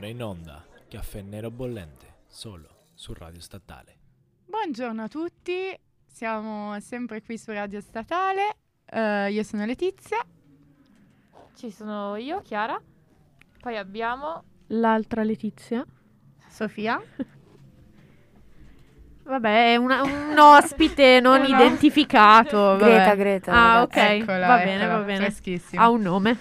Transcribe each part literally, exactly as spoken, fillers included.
ora in onda Caffè Nero Bollente, solo su Radio Statale. Buongiorno a tutti, siamo sempre qui su Radio Statale, uh, io sono Letizia. Ci sono io, Chiara, poi abbiamo l'altra Letizia, Sofia. Vabbè, è una, un ospite non no. identificato. Greta, vabbè. Greta. Ah, ok, eccola, va bene, eccola, va bene. freschissima. Ha un nome.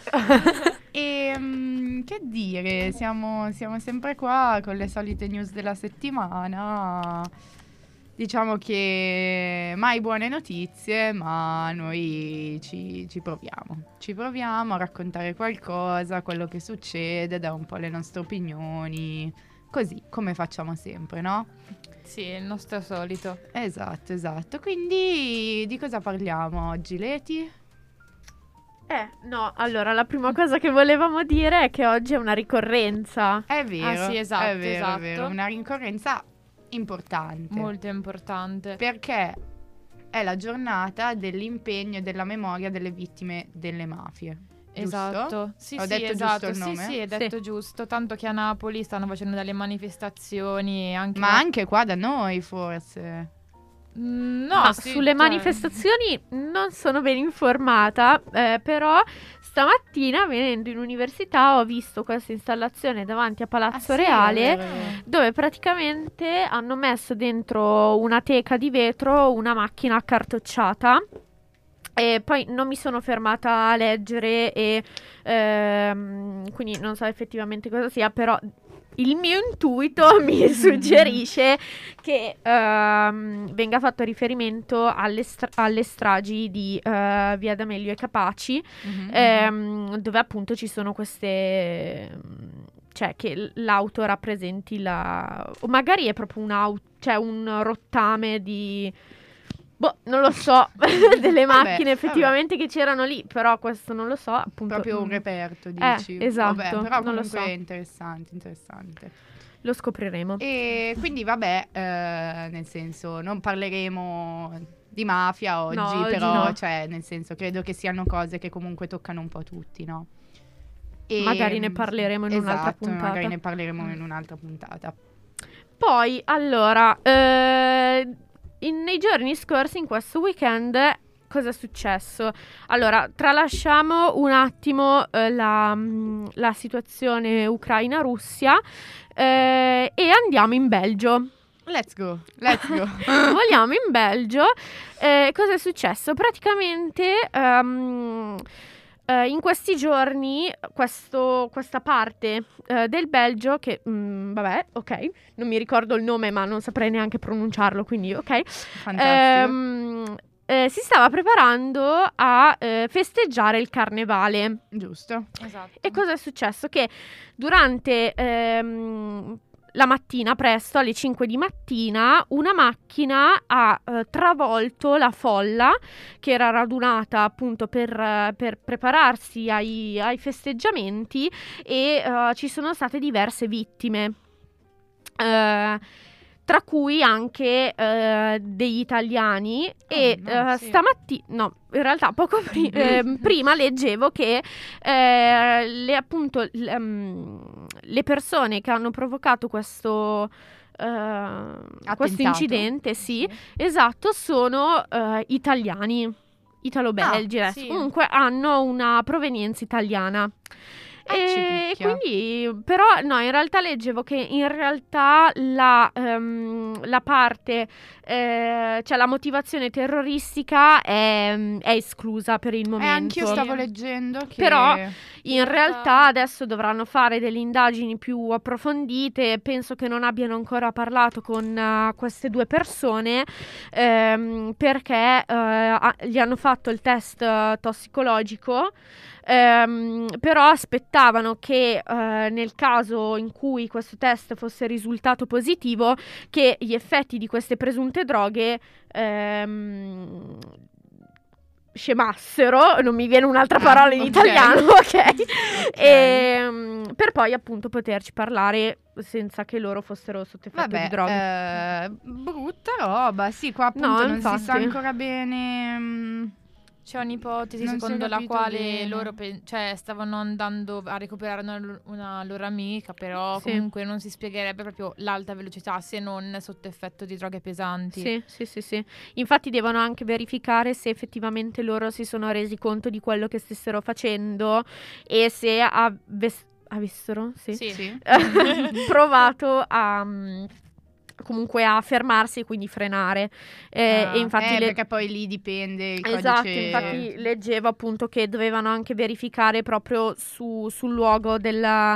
E um, che dire, siamo, siamo sempre qua con le solite news della settimana. Diciamo che mai buone notizie, ma noi ci, ci proviamo. Ci proviamo a raccontare qualcosa, quello che succede, da un po' le nostre opinioni, così come facciamo sempre, no? Sì, il nostro solito. Esatto, esatto. Quindi di cosa parliamo oggi, Leti? Eh, no, allora la prima cosa che volevamo dire è che oggi è una ricorrenza. È vero, Ah, sì, esatto, è vero, esatto. è vero. Una ricorrenza importante. Molto importante. Perché è la giornata dell'impegno e della memoria delle vittime delle mafie. Esatto. Giusto? Sì, Ho sì, detto esatto. giusto il sì, nome? Sì, hai detto giusto. Tanto che a Napoli stanno facendo delle manifestazioni anche Ma anche qua da noi, forse. Mm, no, No, sì, sulle cioè- manifestazioni non sono ben informata, eh, però stamattina venendo in università ho visto questa installazione davanti a Palazzo Ah, sì, Reale, è vero, è vero. dove praticamente hanno messo dentro una teca di vetro una macchina accartocciata. E poi non mi sono fermata a leggere e ehm, quindi non so effettivamente cosa sia, però il mio intuito mi suggerisce che ehm, venga fatto riferimento alle, stra- alle stragi di eh, Via D'Amelio e Capaci, Mhm. ehm, dove appunto ci sono queste, cioè che l- l'auto rappresenti la, o magari è proprio un auto, cioè un rottame di, boh, non lo so, delle Vabbè, macchine effettivamente che c'erano lì, però questo non lo so, appunto. Proprio un mm, reperto, dici? esatto, Vabbè, però non lo comunque so. è interessante, interessante. Lo scopriremo. E quindi vabbè, eh, nel senso, non parleremo di mafia oggi, No, oggi però, no. cioè, nel senso, credo che siano cose che comunque toccano un po' tutti, no? E, Magari ne parleremo in un'altra esatto, puntata. magari ne parleremo in un'altra puntata. Poi, allora, eh, in- nei giorni scorsi, in questo weekend, cosa è successo? Allora, tralasciamo un attimo eh, la, mh, la situazione Ucraina-Russia eh, e andiamo in Belgio. Let's go, let's go. Vogliamo in Belgio. Eh, cosa è successo? Praticamente ehm, eh, in questi giorni questo- questa parte eh, del Belgio che mm, vabbè, ok, non mi ricordo il nome ma non saprei neanche pronunciarlo, quindi ok. Fantastico. Ehm, eh, si stava preparando a eh, festeggiare il carnevale. Giusto. Esatto. E cosa è successo? Che durante ehm, la mattina, presto, alle cinque di mattina, una macchina ha eh, travolto la folla che era radunata appunto per, eh, per prepararsi ai, ai festeggiamenti e eh, ci sono state diverse vittime. Eh, tra cui anche eh, degli italiani e no, eh, sì. stamattina, no, in realtà poco pri- ehm, prima leggevo che eh, le, appunto l- ehm, le persone che hanno provocato questo eh, questo incidente, sì, esatto, sono eh, italiani, italo-belgi, Ah, adesso. sì. Comunque hanno una provenienza italiana. Ah, ci E picchia. quindi, però, no, in realtà leggevo che in realtà la, ehm, la parte, eh, cioè la motivazione terroristica è, è esclusa per il E momento. anch'io stavo leggendo che... Però in In realtà realtà- adesso dovranno fare delle indagini più approfondite. Penso che non abbiano ancora parlato con eh, queste due persone ehm, perché eh, ha- gli hanno fatto il test eh, tossicologico. Ehm, però aspettavano che eh, nel caso in cui questo test fosse risultato positivo, che gli effetti di queste presunte droghe ehm, scemassero, non mi viene un'altra Ah, parola in ok. italiano, ok? Ok. Ehm, per poi appunto poterci parlare senza che loro fossero sotto effetto Vabbè, di droghe. eh, brutta roba. Sì, qua appunto No, non si sa infatti. ancora bene mm, C'è un'ipotesi Non si è secondo la capito quale bene. loro pe- cioè, stavano andando a recuperare una, una loro amica, però Sì. comunque non si spiegherebbe proprio l'alta velocità se non sotto effetto di droghe pesanti. Sì, sì, sì, sì. Infatti devono anche verificare se effettivamente loro si sono resi conto di quello che stessero facendo e se avess- avessero sì. Sì. Sì. provato a mm, comunque a fermarsi e quindi frenare. Eh, Ah, e infatti eh, le- perché poi lì dipende il Esatto, codice. infatti leggevo appunto che dovevano anche verificare proprio su- sul luogo della,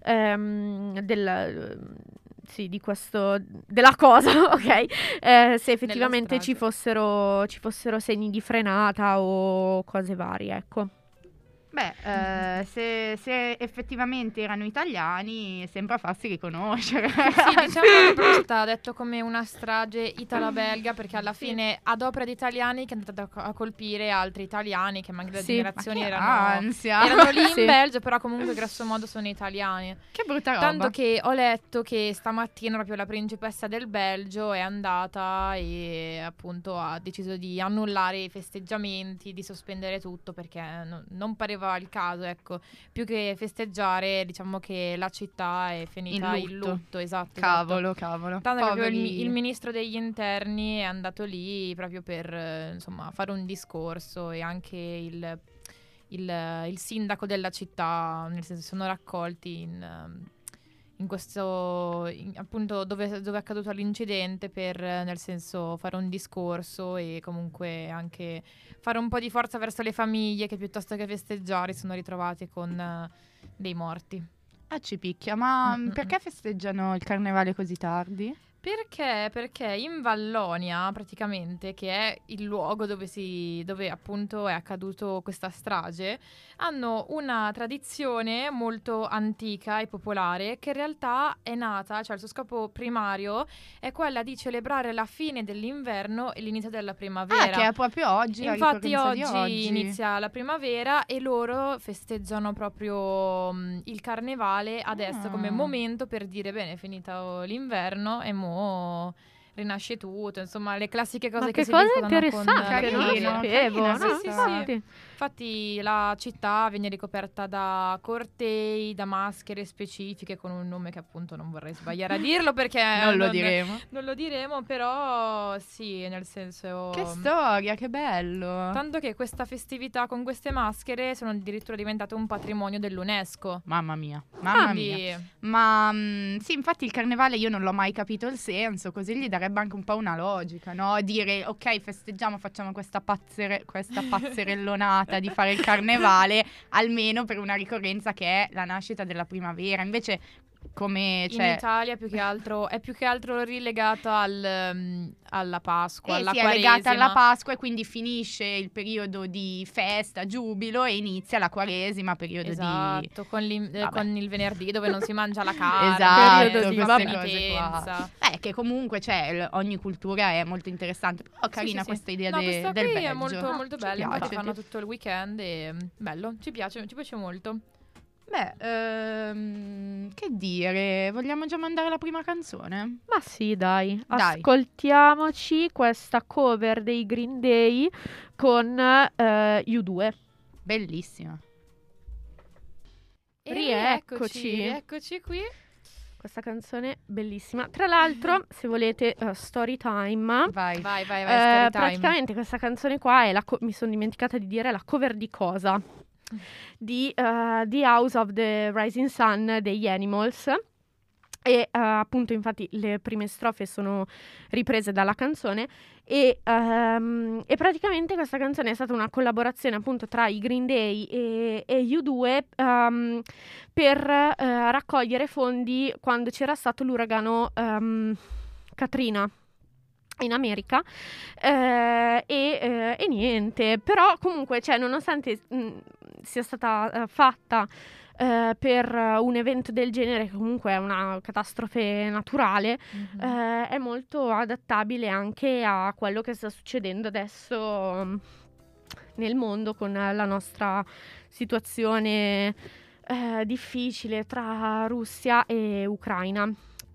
ehm, del, sì, di questo, della cosa, ok? Eh, se effettivamente strage. ci fossero, ci fossero segni di frenata o cose varie, ecco. Beh, eh, se, se effettivamente erano italiani, sembra farsi riconoscere. Sì, diciamo che proprio è stata detto come una strage italo-belga, perché alla Sì. fine ad opera di italiani che è andata a colpire altri italiani che magari da Sì. generazioni Ma che erano, ansia. erano lì in Sì. Belgio, però comunque grosso modo sono italiani. Che brutta roba. Tanto che ho letto che stamattina proprio la principessa del Belgio è andata e appunto ha deciso di annullare i festeggiamenti, di sospendere tutto perché no- non pareva il caso, ecco. Più che festeggiare, diciamo che la città è finita In in lutto. lutto, esatto. esatto. Cavolo, cavolo. Tanto che proprio il, Poveri- mi- il ministro degli interni è andato lì proprio per eh, insomma fare un discorso e anche il, il, il sindaco della città, nel senso sono raccolti in, ehm, in questo in- appunto dove, dove è accaduto l'incidente per eh, nel senso fare un discorso e comunque anche fare un po' di forza verso le famiglie che piuttosto che festeggiare sono ritrovate con eh, dei morti. Ah, ci picchia, ma Mm, mm, perché festeggiano il carnevale così tardi? Perché? Perché in Vallonia, praticamente, che è il luogo dove, si, dove appunto è accaduto questa strage, hanno una tradizione molto antica e popolare che in realtà è nata, cioè il suo scopo primario è quella di celebrare la fine dell'inverno e l'inizio della primavera. Ah, che è proprio oggi, la Infatti ricorrenza oggi, di oggi. inizia la primavera e loro festeggiano proprio mh, il carnevale adesso Ah. come momento per dire bene, è finito l'inverno e mo rinasce tutto, insomma le classiche cose Ma che, che si cosa dicono interessante, con la carino, non lo fine. sapevo. carina no, Sì, sì, questa- sì. Infatti la città viene ricoperta da cortei, da maschere specifiche con un nome che appunto non vorrei sbagliare a dirlo perché Non lo diremo. non lo diremo, però sì, nel senso Che storia, che bello. tanto che questa festività con queste maschere sono addirittura diventate un patrimonio dell'UNESCO. Mamma mia, mamma Quindi mia. Ma mm, sì, infatti il carnevale io non l'ho mai capito il senso, così gli darebbe anche un po' una logica, no? Dire, ok, festeggiamo, facciamo questa, pazzere- questa pazzerellonata di fare il carnevale, almeno per una ricorrenza che è la nascita della primavera. Invece, come, in cioè... Italia più che altro è più che altro rilegata al, mm, alla Pasqua, Eh alla sì, è Quaresima. legata alla Pasqua e quindi finisce il periodo di festa, giubilo e inizia la Quaresima, periodo di... Esatto, con, l'im- eh, Vabbè. con il venerdì dove non si mangia la carne, Esatto, periodo di queste vabbè. cose qua. Eh, che comunque cioè, l- ogni cultura è molto interessante. Però carina Sì, sì, sì. questa idea No, de- questa del qui Belgio. è molto, Ah, molto ci bella, infatti piace. fanno tutto il weekend e mm, bello, ci piace, ci piace molto. Beh, ehm, che dire, vogliamo già mandare la prima canzone? Ma sì, dai. Dai. Ascoltiamoci questa cover dei Green Day con eh, U due. Bellissima. E Rieccoci. rieccoci qui. Questa canzone bellissima. Tra l'altro, se volete uh, story time, Vai. Vai, vai, vai, eh, story time. praticamente questa canzone qua è la co- mi sono dimenticata di dire la cover di cosa? Di uh, The House of the Rising Sun degli Animals. E uh, appunto infatti le prime strofe sono riprese dalla canzone e, um, e praticamente questa canzone è stata una collaborazione appunto tra i Green Day e, e U due um, per uh, raccogliere fondi quando c'era stato l'uragano um, Katrina in America eh, e, eh, e niente, però comunque cioè nonostante mh, sia stata uh, fatta Uh, per uh, un evento del genere, che comunque è una catastrofe naturale, Mhm. uh, è molto adattabile anche a quello che sta succedendo adesso um, nel mondo con uh, la nostra situazione uh, difficile tra Russia e Ucraina.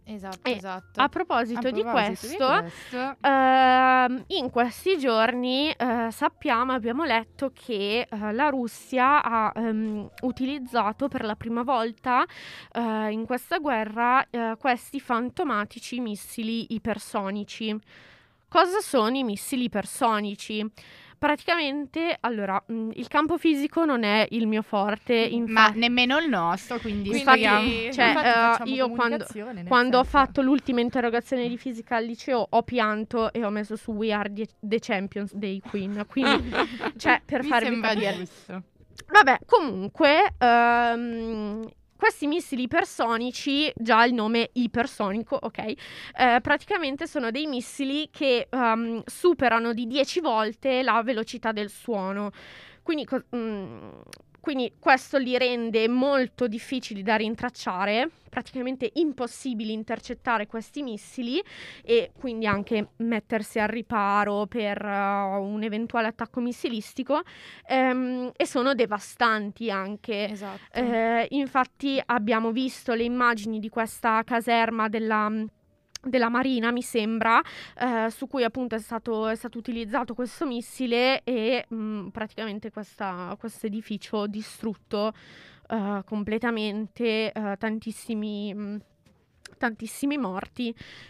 Esatto, E esatto. A proposito, A di proposito di questo, questo, ehm, in questi giorni eh, sappiamo, abbiamo letto che eh, la Russia ha ehm, utilizzato per la prima volta eh, in questa guerra eh, questi fantomatici missili ipersonici. Cosa sono i missili ipersonici? Praticamente, allora, mh, il campo fisico non è il mio forte, ma infa- nemmeno il nostro, quindi Quindi- speriamo. cioè, Infatti eh, facciamo io quando, comunicazione, nel quando ho senso- fatto l'ultima interrogazione di fisica al liceo ho pianto e ho messo su We Are the, the Champions dei Queen, quindi, cioè, per Mi farvi sembra capire. giusto. Vabbè, comunque, ehm, questi missili ipersonici, già il nome ipersonico, ok, eh, praticamente sono dei missili che ehm, superano di dieci volte la velocità del suono. Quindi, co- mm, quindi questo li rende molto difficili da rintracciare, praticamente impossibili intercettare questi missili e quindi anche mettersi al riparo per uh, un eventuale attacco missilistico, ehm, e sono devastanti anche. Esatto. Eh, infatti abbiamo visto le immagini di questa caserma della, della Marina, mi sembra, eh, su cui appunto è stato, è stato utilizzato questo missile e mh, praticamente questo edificio distrutto eh, completamente, eh, tantissimi, mh, tantissimi morti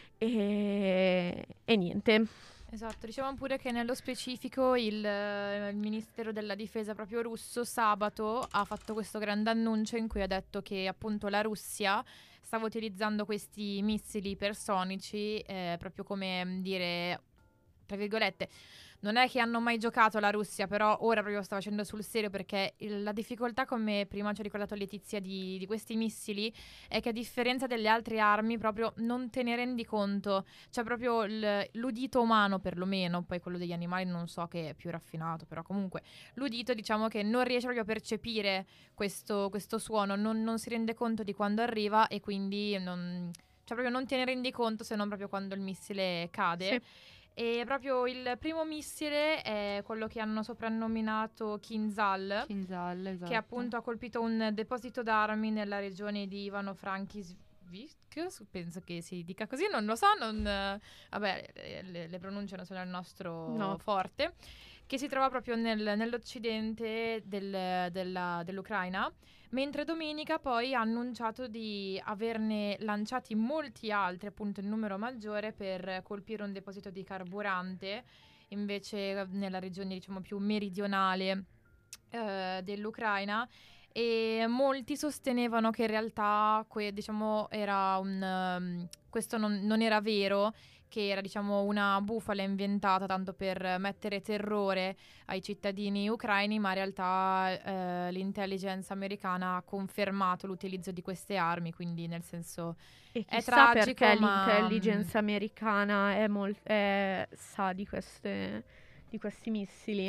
e, e niente. Esatto, diciamo pure che nello specifico il, eh, il Ministero della Difesa proprio russo sabato ha fatto questo grande annuncio in cui ha detto che appunto la Russia stava utilizzando questi missili ipersonici eh, proprio come mm, dire, tra virgolette, non è che hanno mai giocato la Russia, però ora proprio sta facendo sul serio perché il- la difficoltà, come prima ci ha ricordato Letizia, di, di questi missili è che a differenza delle altre armi proprio non te ne rendi conto. C'è proprio il- l'udito umano perlomeno, poi quello degli animali non so che è più raffinato, però comunque l'udito diciamo che non riesce proprio a percepire questo, questo suono, non, non si rende conto di quando arriva e quindi non, cioè proprio non te ne rendi conto se non proprio quando il missile cade. Sì. E proprio il primo missile è quello che hanno soprannominato Kinzhal, Kinzhal, esatto. che appunto ha colpito un deposito d'armi nella regione di Ivano-Frankivsk, penso che si dica così, non lo so, non, eh, vabbè, eh, le, le pronunce non sono il nostro No. forte, che si trova proprio nel- nell'occidente del- della- dell'Ucraina, mentre domenica poi ha annunciato di averne lanciati molti altri, appunto in numero maggiore, per colpire un deposito di carburante, invece nella regione diciamo più meridionale eh, dell'Ucraina. E molti sostenevano che in realtà que- diciamo, era un, um, questo non, non era vero, che era diciamo una bufala inventata tanto per mettere terrore ai cittadini ucraini, ma in realtà eh, l'intelligence americana ha confermato l'utilizzo di queste armi, quindi nel senso E È chissà tragico, perché ma, l'intelligence americana è mol- è- sa di, queste, di questi missili.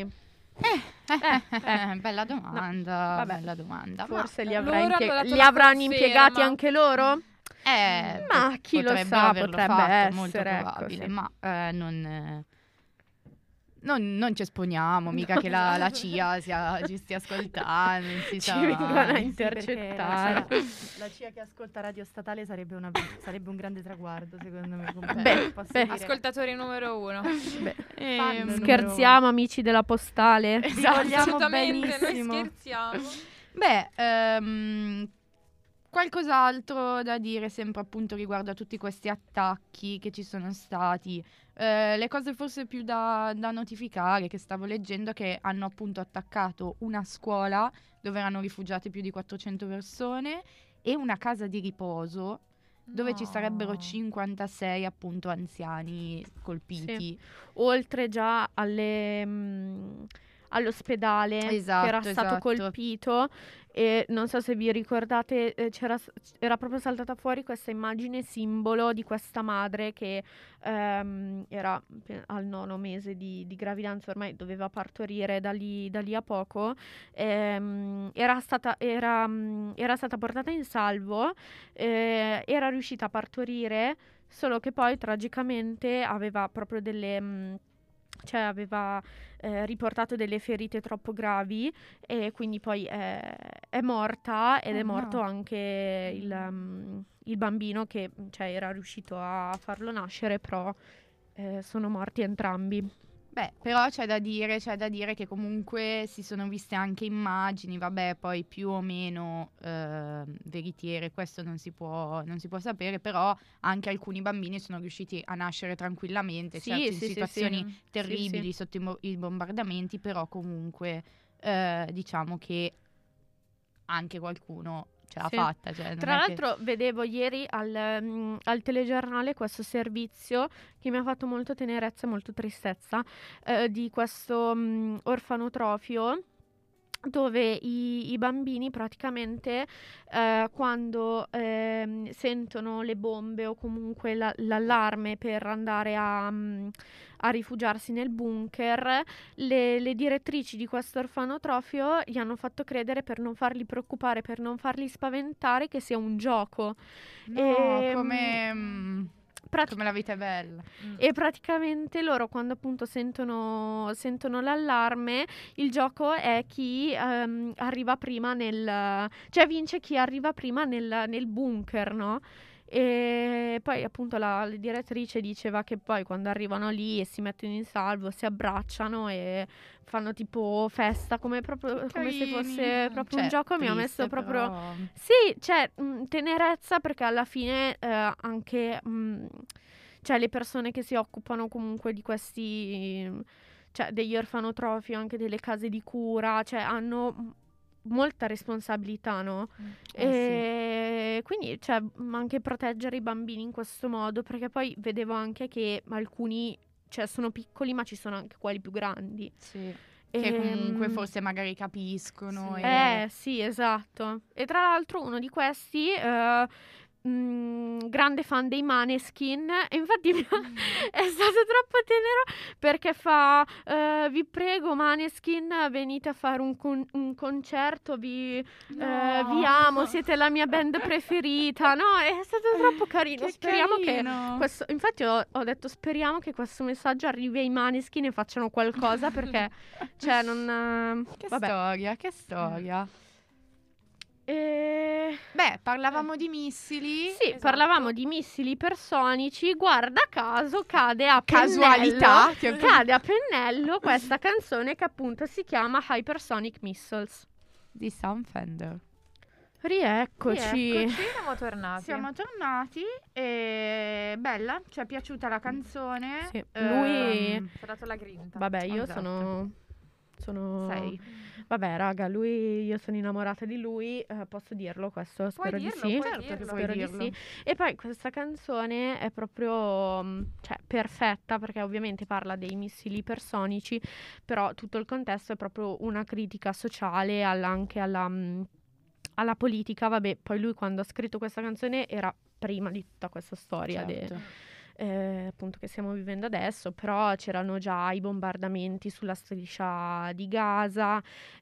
Eh, eh, bella domanda, vabbè. bella domanda. Forse Ma- li, avrà loro hanno impie- dato li la avranno conferma. impiegati anche loro? Eh, Ma pot- chi lo potrebbero sa, averlo potrebbe fatto, molto essere, ecco, probabile, sì. ma eh, non, eh, non, non ci esponiamo, mica che la, la C I A sia- ci stia ascoltando, non si Ci sa vengono mai. a Sì, intercettare. perché la C I A che ascolta Radio Statale sarebbe, una, sarebbe un grande traguardo, secondo me. comunque, Beh, posso beh. dire. ascoltatori numero uno. Beh, Ehm, numero scherziamo, amici della postale. Vi vogliamo Assolutamente, noi benissimo. scherziamo. Beh, ehm, qualcos'altro da dire sempre appunto riguardo a tutti questi attacchi che ci sono stati. Eh, le cose forse più da, da notificare che stavo leggendo è che hanno appunto attaccato una scuola dove erano rifugiate più di quattrocento persone e una casa di riposo dove ci No. sarebbero cinquantasei appunto anziani colpiti. Oltre già alle, mh, all'ospedale Esatto, che era stato esatto. colpito, e non so se vi ricordate, eh, c'era, era proprio saltata fuori questa immagine simbolo di questa madre che ehm, era pe- al nono mese di, di gravidanza, ormai doveva partorire da lì, da lì a poco. Ehm, era stata, era, mh, era stata portata in salvo, eh, era riuscita a partorire, solo che poi tragicamente aveva proprio delle, mh, cioè aveva eh, riportato delle ferite troppo gravi e quindi poi è, è morta ed Oh, è morto no. anche il, um, il bambino che cioè, era riuscito a farlo nascere, però eh, sono morti entrambi. Beh, però c'è da dire, c'è da dire che comunque si sono viste anche immagini, vabbè, poi più o meno eh, veritiere, questo non si può, non si può sapere, però anche alcuni bambini sono riusciti a nascere tranquillamente, Sì, certo in sì, sì, situazioni sì. terribili Sì, sì. sotto i, mo- i bombardamenti, però comunque eh, diciamo che anche qualcuno ce l'ha Sì. fatta. Cioè, non Tra è che- l'altro vedevo ieri al, mm, al telegiornale questo servizio che mi ha fatto molto tenerezza e molto tristezza eh, di questo mm, orfanotrofio dove i, i bambini praticamente eh, quando ehm, sentono le bombe o comunque la- l'allarme per andare a, mm, a rifugiarsi nel bunker, le, le direttrici di questo orfanotrofio gli hanno fatto credere, per non farli preoccupare, per non farli spaventare, che sia un gioco. No, Ehm, come, mm, Prati- come la vita è bella. e praticamente loro quando appunto sentono, sentono l'allarme, il gioco è chi ehm, arriva prima nel... cioè vince chi arriva prima nel, nel bunker, no? E poi appunto la, la direttrice diceva che poi quando arrivano lì e si mettono in salvo si abbracciano e fanno tipo festa come, proprio, come se Carini. fosse proprio un Cioè, gioco. Mi ha messo triste, proprio... però- Sì, cioè, mh, tenerezza perché alla fine eh, anche mh, cioè, le persone che si occupano comunque di questi, cioè degli orfanotrofi o anche delle case di cura, cioè hanno m- molta responsabilità, no? Eh, E quindi, cioè, mh, anche proteggere i bambini in questo modo, perché poi vedevo anche che alcuni, cioè, sono piccoli, ma ci sono anche quelli più grandi. sì. Che comunque Ehm, forse magari capiscono. Sì. E... eh sì, esatto. E tra l'altro uno di questi, eh, mm, grande fan dei Maneskin, e infatti mi ha- è stato troppo tenero perché fa, eh, vi prego Maneskin, venite a fare un, con- un concerto, vi, eh, vi amo, siete la mia band preferita, no? È stato troppo carino, Che speriamo carino. che questo, infatti ho, ho detto speriamo che questo messaggio arrivi ai Maneskin e facciano qualcosa perché, cioè, non... eh, Che vabbè. storia, che storia. E... Beh, parlavamo di missili. Sì, Esatto. parlavamo di missili ipersonici. Guarda caso, cade a Casualità, pennello, che- cade a pennello questa canzone che appunto si chiama Hypersonic Missiles. Di Sam Fender. Rieccoci. Eccoci, siamo tornati. Siamo tornati e bella, ci è piaciuta la canzone. Sì, Ehm, lui- Ci ha dato la grinta. Vabbè, io Esatto. sono... Sono... sei. Vabbè, raga, lui, io sono innamorata di lui, eh, posso dirlo questo? Puoi Spero dirlo, di sì. puoi Certo che dirlo. puoi Spero di dirlo. sì. E poi questa canzone è proprio mm, cioè, perfetta perché ovviamente parla dei missili ipersonici, però tutto il contesto è proprio una critica sociale alla- anche alla, mm, alla politica. Vabbè, poi lui quando ha scritto questa canzone era prima di tutta questa storia de- Certo. eh, appunto che stiamo vivendo adesso, però c'erano già i bombardamenti sulla striscia di Gaza,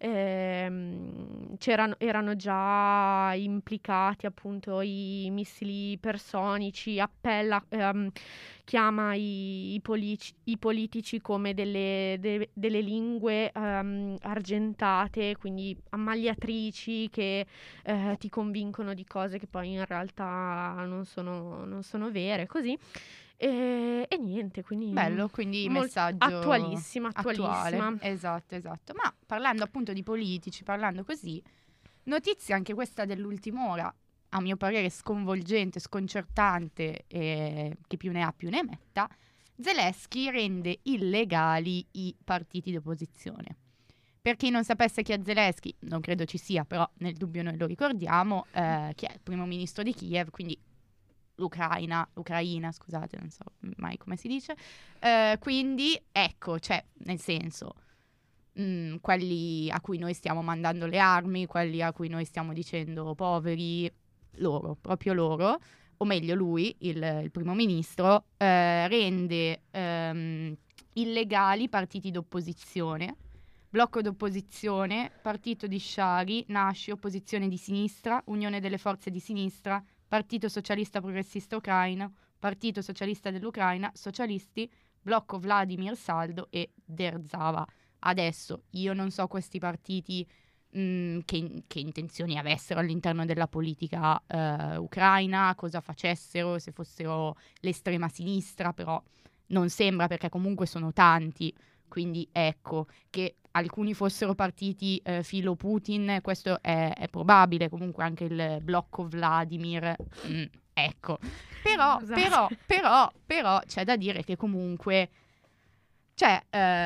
ehm, c'erano, erano già implicati appunto i missili ipersonici, appella, ehm, chiama i, i polici- i politici come delle, de- delle lingue ehm, argentate, quindi ammagliatrici che eh, ti convincono di cose che poi in realtà non sono, non sono vere, così. E, e niente, quindi... Bello, quindi Mol- messaggio attualissima, attualissima. attuale. Esatto, esatto. Ma parlando appunto di politici, parlando così, notizia anche questa dell'ultima ora, a mio parere sconvolgente, sconcertante e che più ne ha più ne metta. Zelensky rende illegali i partiti di opposizione. Per chi non sapesse chi è Zelensky, non credo ci sia, però nel dubbio noi lo ricordiamo, eh, chi è il primo ministro di Kiev, quindi l'Ucraina, Ucraina, scusate, non so mai come si dice. Eh, quindi, ecco, cioè, nel senso, mh, quelli a cui noi stiamo mandando le armi, quelli a cui noi stiamo dicendo poveri, loro, proprio loro, o meglio lui, il, il primo ministro, eh, rende ehm, illegali partiti d'opposizione, blocco d'opposizione, partito di Shari, Nasci, opposizione di sinistra, Unione delle forze di sinistra, Partito Socialista Progressista Ucraino, Partito Socialista dell'Ucraina, Socialisti, Blocco Vladimir Saldo e Derzava. Adesso io non so questi partiti mh, che, che intenzioni avessero all'interno della politica eh, ucraina, cosa facessero, se fossero l'estrema sinistra, però non sembra, perché comunque sono tanti, quindi ecco, che alcuni fossero partiti eh, filo Putin, questo è, è probabile, comunque anche il blocco Vladimir, mm, ecco. Però, Esatto. però, però, però c'è da dire che comunque, cioè,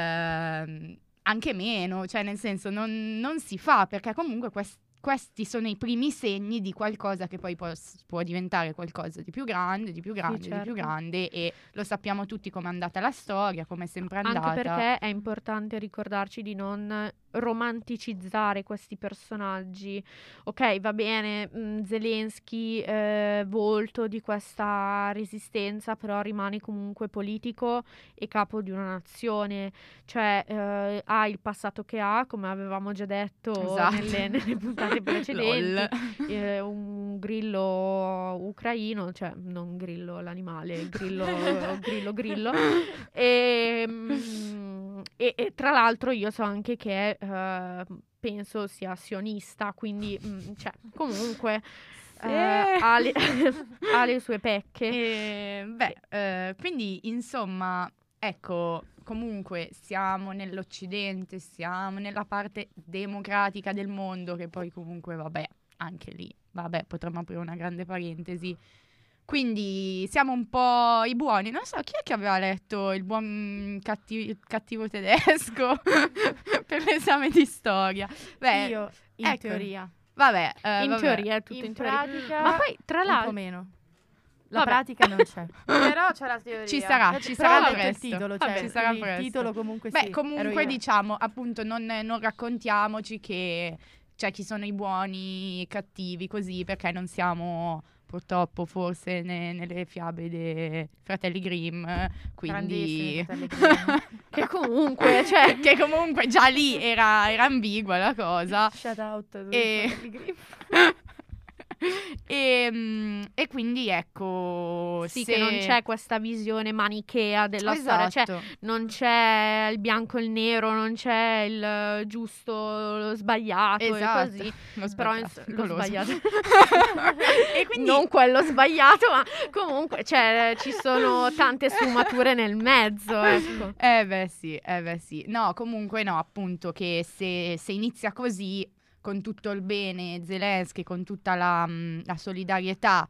ehm, anche meno, cioè nel senso non, non si fa, perché comunque quest- questi sono i primi segni di qualcosa che poi può, può diventare qualcosa di più grande, di più grande, Sì, di più certo. grande, e lo sappiamo tutti com'è andata la storia, come è sempre andata. Anche perché è importante ricordarci di non romanticizzare questi personaggi. Ok, va bene, mh, Zelensky, eh, volto di questa resistenza, però rimane comunque politico e capo di una nazione. Cioè, eh, ha il passato che ha, come avevamo già detto Esatto. nelle, nelle puntate precedenti. Lol. Eh, un grillo ucraino, cioè non grillo l'animale, il grillo grillo grillo. E, mm, e, e tra l'altro io so anche che eh, penso sia sionista, quindi mm, cioè, comunque eh, ha, le, ha le sue pecche. E, beh, eh, quindi insomma, ecco, comunque siamo nell'Occidente, siamo nella parte democratica del mondo, che poi comunque, vabbè, anche lì, vabbè, potremmo aprire una grande parentesi. Quindi siamo un po' i buoni. Non so, chi è che aveva letto Il buon cattivo, cattivo tedesco per l'esame di storia? Beh, Io, in ecco. teoria. vabbè, eh, In vabbè. teoria è tutto In in, teoria. pratica Ma poi tra un po' l'altro meno. La Vabbè. pratica non c'è. Però c'è la teoria. Ci sarà, Eh, ci però sarà ho letto presto. il titolo, Vabbè, cioè ci sarà il presto. titolo comunque Beh, sì. ero comunque io. diciamo, appunto, non, non raccontiamoci che c'è chi sono i buoni, i cattivi, così, perché non siamo purtroppo forse ne- nelle fiabe dei fratelli Grimm, quindi Grandissimi Fratelli Grimm. che comunque, cioè che comunque già lì era, era ambigua la cosa. Shout out a E- Fratelli Grimm. e, mm, e quindi ecco, sì, se... che non c'è questa visione manichea della storia, cioè Esatto. non c'è il bianco e il nero, non c'è il eh, giusto, lo sbagliato Esatto. e così. Lo Però sbagliato, ins- lo goloso. sbagliato. E quindi Non quello sbagliato, ma comunque cioè, ci sono tante sfumature nel mezzo, ecco. Eh beh sì, eh beh sì. No, comunque no, appunto che se, se inizia così, con tutto il bene, Zelensky, con tutta la, mh, la solidarietà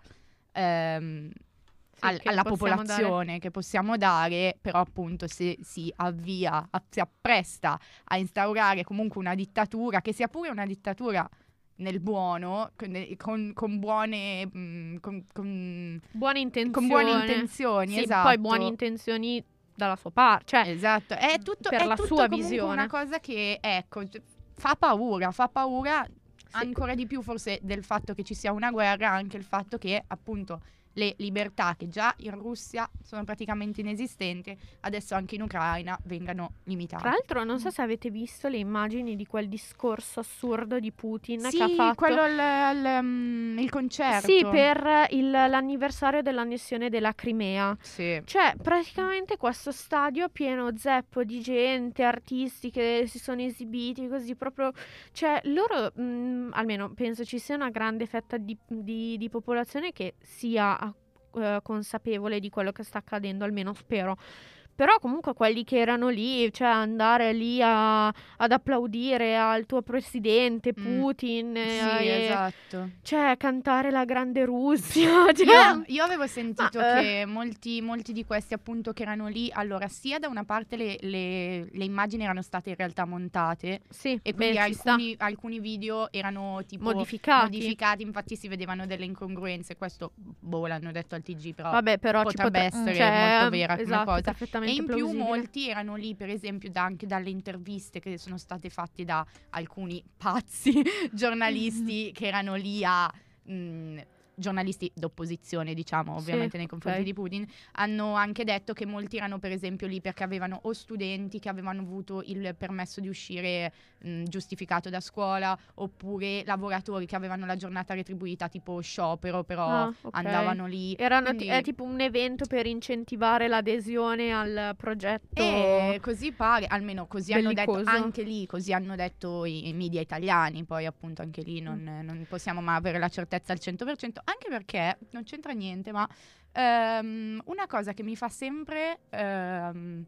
ehm, Sì, al- che alla possiamo popolazione che possiamo dare, però appunto se si avvia, a- si appresta a instaurare comunque una dittatura, che sia pure una dittatura nel buono, con, con- con buone... mh, con, con- Buone intenzioni. con buone intenzioni, Sì, esatto. poi buone intenzioni dalla sua parte, cioè Esatto, è tutto, per è la tutto sua comunque visione. una cosa che, ecco, t- fa paura, fa paura Sì. ancora di più forse del fatto che ci sia una guerra, anche il fatto che appunto le libertà che già in Russia sono praticamente inesistenti, adesso anche in Ucraina vengano limitate. Tra l'altro non so se avete visto le immagini di quel discorso assurdo di Putin Sì, che ha fatto. quello il, il, mm, il concerto. Sì, per il- l'anniversario dell'annessione della Crimea. Sì. Cioè, praticamente questo stadio pieno zeppo di gente, artisti che si sono esibiti così proprio. Cioè, loro, mh, almeno penso ci sia una grande fetta di, di- di popolazione che sia eh, consapevole di quello che sta accadendo, almeno spero. Però comunque quelli che erano lì, cioè andare lì a- ad applaudire al tuo presidente Mm. Putin, Sì, e- esatto. cioè cantare la grande Russia. Cioè, Io, io avevo sentito Ma, eh. che molti, molti di questi appunto che erano lì, allora sia da una parte le, le- le immagini erano state in realtà montate sì, e quindi beh, ci sta. alcuni, alcuni video erano tipo Modificati. modificati, infatti si vedevano delle incongruenze, questo boh l'hanno detto al T G, però Vabbè, però ci potrebbe potre- essere cioè, molto vera come esatto, cosa. perfettamente E in più plausibile. molti erano lì, per esempio, da- anche dalle interviste che sono state fatte da alcuni pazzi giornalisti che erano lì a mh, giornalisti d'opposizione, diciamo, ovviamente Sì, nei confronti ok. di Putin, hanno anche detto che molti erano per esempio lì perché avevano o studenti che avevano avuto il permesso di uscire mh, giustificato da scuola, oppure lavoratori che avevano la giornata retribuita tipo sciopero, però Ah, ok. andavano lì. Erano ti- Quindi- è tipo un evento per incentivare l'adesione al progetto. E così pare, almeno così hanno detto bellicoso. anche lì, così hanno detto i, i media italiani, poi appunto anche lì non, non possiamo mai avere la certezza al cento per cento, anche perché non c'entra niente, ma ehm, una cosa che mi fa sempre ehm,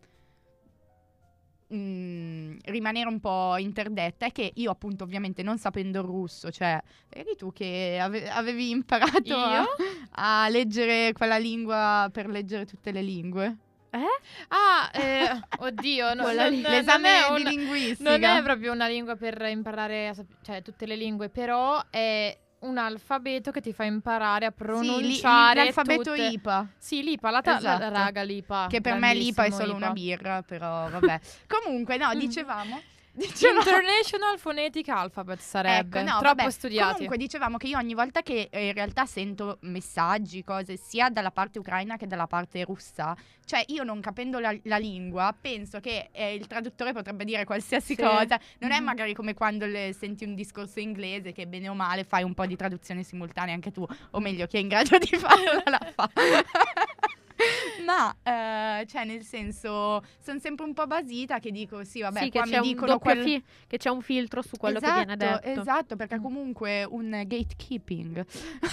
mm, rimanere un po' interdetta è che io appunto ovviamente non sapendo il russo, cioè eri tu che ave- avevi imparato a, Io? a leggere quella lingua per leggere tutte le lingue. Ah, eh, oddio, no, Quella non, lì. non L'esame è di una- linguistica. non è proprio una lingua per imparare a sap- cioè, tutte le lingue, però è un alfabeto che ti fa imparare a Sì, li- pronunciare li- l'alfabeto tutte... I P A. Sì, l'I P A, la, ta- la- Esatto. raga, l'I P A. Che per me l'I P A è grandissimo solo I P A. una birra, però vabbè. Comunque, no, dicevamo... dicevamo International Phonetic Alphabet sarebbe. Ecco, no, Troppo vabbè. studiati. Comunque dicevamo che io ogni volta che eh, in realtà sento messaggi, cose, sia dalla parte ucraina che dalla parte russa, cioè io non capendo la, la lingua, penso che eh, il traduttore potrebbe dire qualsiasi Sì. cosa. Non è Mhm. magari come quando le senti un discorso inglese che bene o male fai un po' di traduzione simultanea anche tu, o meglio chi è in grado di farla la fa. Ma, eh, cioè, nel senso, sono sempre un po' basita che dico, sì, vabbè, sì, che qua c'è, mi un dicono doppio quel... fi- che c'è un filtro su quello esatto, che viene detto. Esatto, perché Mm. comunque un gatekeeping.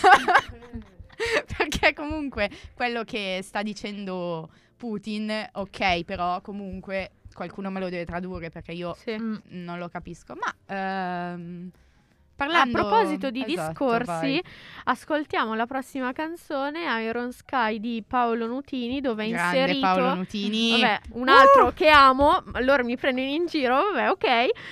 Perché comunque quello che sta dicendo Putin, ok, però comunque qualcuno me lo deve tradurre perché io Sì. Mm. non lo capisco. Ma ehm, A parlando... proposito di esatto, discorsi, vai. ascoltiamo la prossima canzone, Iron Sky di Paolo Nutini, dove è Grande inserito Paolo Nutini. vabbè, un altro che amo, allora mi prendono in giro, vabbè, ok.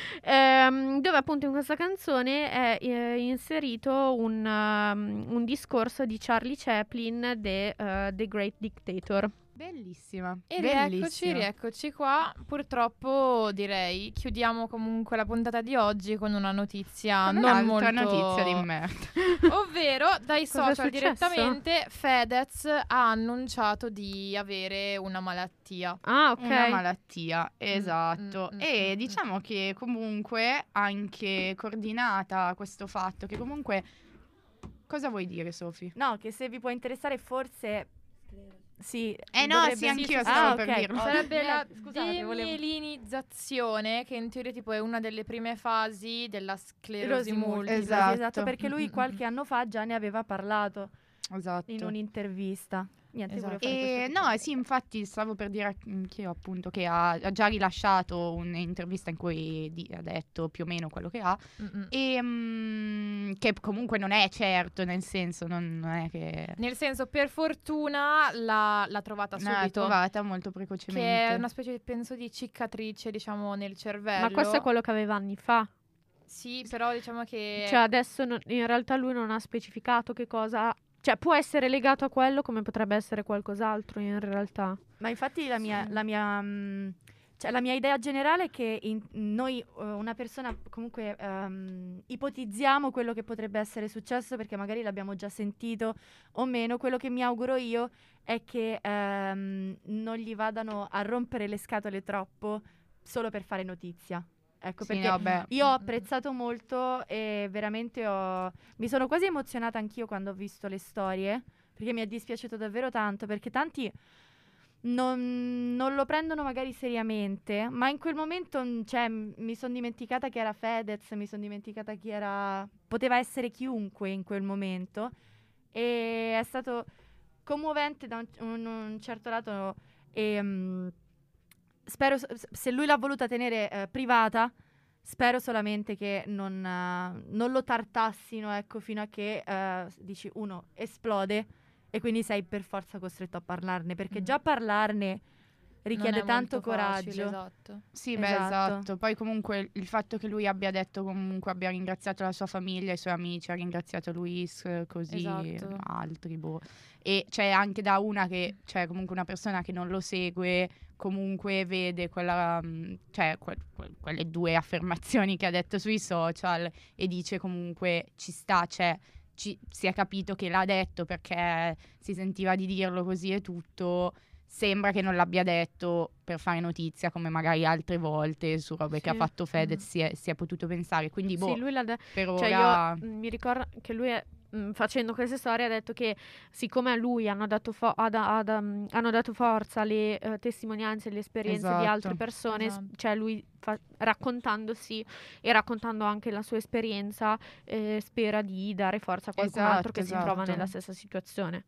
Ehm, dove appunto in questa canzone è eh, inserito un, um, un discorso di Charlie Chaplin, The, uh, The Great Dictator. Bellissima. E rieccoci, bellissima. rieccoci qua. Purtroppo direi chiudiamo comunque la puntata di oggi con una notizia Con non un'altra molto notizia di merda. ovvero dai Cosa è social successo? direttamente Fedez ha annunciato di avere una malattia. Ah, ok. Una malattia, esatto. mm, e mm, diciamo che comunque anche coordinata questo fatto che comunque... Cosa vuoi dire, Sofi? No, che se vi può interessare forse... Sì, Eh no, dovrebbe- sì, anch'io Ah, stavo ok. per dirlo. Oh, Sarebbe la niente, scusate, volevo- demielinizzazione, che in teoria tipo è una delle prime fasi della sclerosi Sclerosi multipla, multipla. Esatto. esatto, perché lui Mm, mm, qualche mm. anno fa già ne aveva parlato Esatto. in un'intervista. Niente, Esatto. volevo fare E questo no, punto. sì, infatti stavo per dire anch'io appunto che ha, ha già rilasciato un'intervista in cui di- ha detto più o meno quello che ha Mm-mm. e mm, che comunque non è certo, nel senso non, non è che Nel senso, per fortuna l'ha, l'ha trovata no, è subito. trovata molto Che è precocemente. una specie, penso, di cicatrice, diciamo, nel cervello. Ma questo è quello che aveva anni fa. Sì, però diciamo che... Cioè adesso non- in realtà lui non ha specificato che cosa... Cioè può essere legato a quello come potrebbe essere qualcos'altro in realtà. Ma infatti la mia, Sì. la mia, mm, cioè la mia idea generale è che in- noi, eh, una persona, comunque ehm, ipotizziamo quello che potrebbe essere successo perché magari l'abbiamo già sentito o meno. Quello che mi auguro io è che ehm, non gli vadano a rompere le scatole troppo solo per fare notizia. Ecco, Sì, perché no, beh. io ho apprezzato molto e veramente ho... mi sono quasi emozionata anch'io quando ho visto le storie, perché mi è dispiaciuto davvero tanto, perché tanti non, non lo prendono magari seriamente, ma in quel momento mm, cioè, m- mi sono dimenticata che era Fedez, mi sono dimenticata chi era... poteva essere chiunque in quel momento, e è stato commovente da un, un- un certo lato e... mm, spero, s- se lui l'ha voluta tenere eh, privata, spero solamente che non, eh, non lo tartassino, ecco, fino a che, eh, dici, uno, esplode e quindi sei per forza costretto a parlarne, perché Mm. già parlarne non richiede è tanto molto facile, coraggio. esatto. Sì, beh, Esatto. esatto. Poi comunque il fatto che lui abbia detto comunque abbia ringraziato la sua famiglia, i suoi amici, ha ringraziato Luis, eh, così Esatto. altri, boh. E c'è anche da una che, cioè comunque una persona che non lo segue, comunque vede quella, mm, cioè que- que- quelle due affermazioni che ha detto sui social e dice comunque ci sta, cioè ci, si è capito che l'ha detto perché si sentiva di dirlo così e tutto. Sembra che non l'abbia detto per fare notizia come magari altre volte su robe Sì. che ha fatto Fedez Mm. si, è, si è potuto pensare. Quindi boh, Sì, lui l'ha detto. per ora... Cioè, io mm, mi ricordo che lui, è, mm, facendo queste storie, ha detto che siccome a lui hanno dato, fo- ad- ad- um, hanno dato forza le eh, testimonianze e le esperienze di Esatto. altre persone, s- Esatto. cioè lui fa- raccontandosi e raccontando anche la sua esperienza, eh, spera di dare forza a qualcun Esatto, altro che si trova esatto. nella stessa situazione.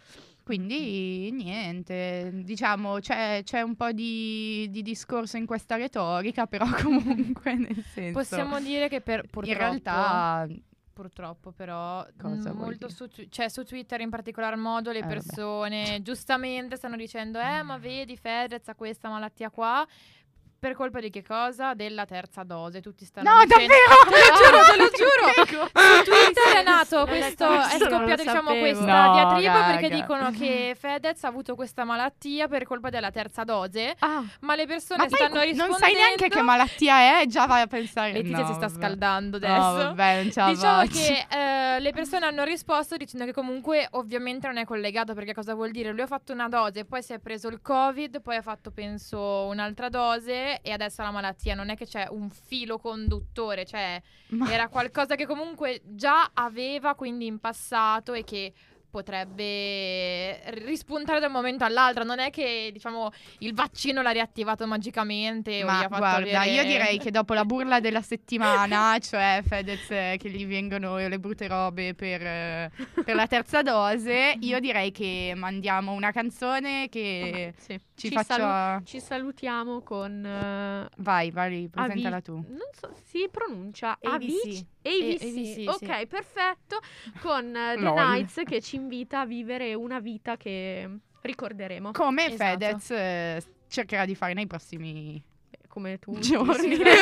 Quindi niente, diciamo c'è, c'è un po' di, di discorso in questa retorica, però comunque nel senso... Possiamo dire che per purtroppo in realtà... purtroppo però Cosa mh, vuoi molto dire? su, tu- cioè su Twitter in particolar modo le Eh, vabbè. persone giustamente stanno dicendo eh ma vedi Fedez ha questa malattia qua per colpa di che cosa? Della terza dose. Tutti stanno No, dicendo davvero? te lo giuro, te lo giuro. Prego. Su Twitter è nato questo, è Questo non lo scoppiata diciamo sapevo. questa No, diatriba raga. perché dicono che Fedez ha avuto questa malattia per colpa della terza dose, Ah, ma le persone Ma poi stanno non rispondendo. sai neanche che malattia è, già vai a pensare... Letizia no, si sta vabbè. scaldando No, adesso. vabbè, non ce la Diciamo faccio. che eh, le persone hanno risposto dicendo che comunque ovviamente non è collegato, perché cosa vuol dire? Lui ha fatto una dose, poi si è preso il Covid, poi ha fatto penso un'altra dose e adesso ha la malattia. Non è che c'è un filo conduttore, cioè Ma- era qualcosa che comunque già aveva quindi in passato e che potrebbe rispuntare da un momento all'altro. Non è che diciamo il vaccino l'ha riattivato magicamente o Ma gli ha fatto guarda, avere... io direi che dopo la burla della settimana, cioè Fedez eh, che gli vengono le brutte robe per, eh, per la terza dose, io direi che mandiamo una canzone che sì. ci, Ci faccia... salu- ci salutiamo con eh, Vai, vai, presentala Avi- tu. Non so, si pronuncia A V C. Avicii. A V C. A V C, Ok, sì. perfetto. Con eh, The Lol. Nights che ci invita a vivere una vita che ricorderemo. Come Esatto. Fedez eh, cercherà di fare nei prossimi... Come tu. Giorni. Sì,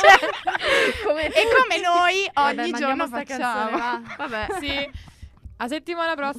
come tu. E come noi Vabbè, ogni mandiamo giorno sta facciamo. canzone, va. Vabbè. Sì. A settimana prossima.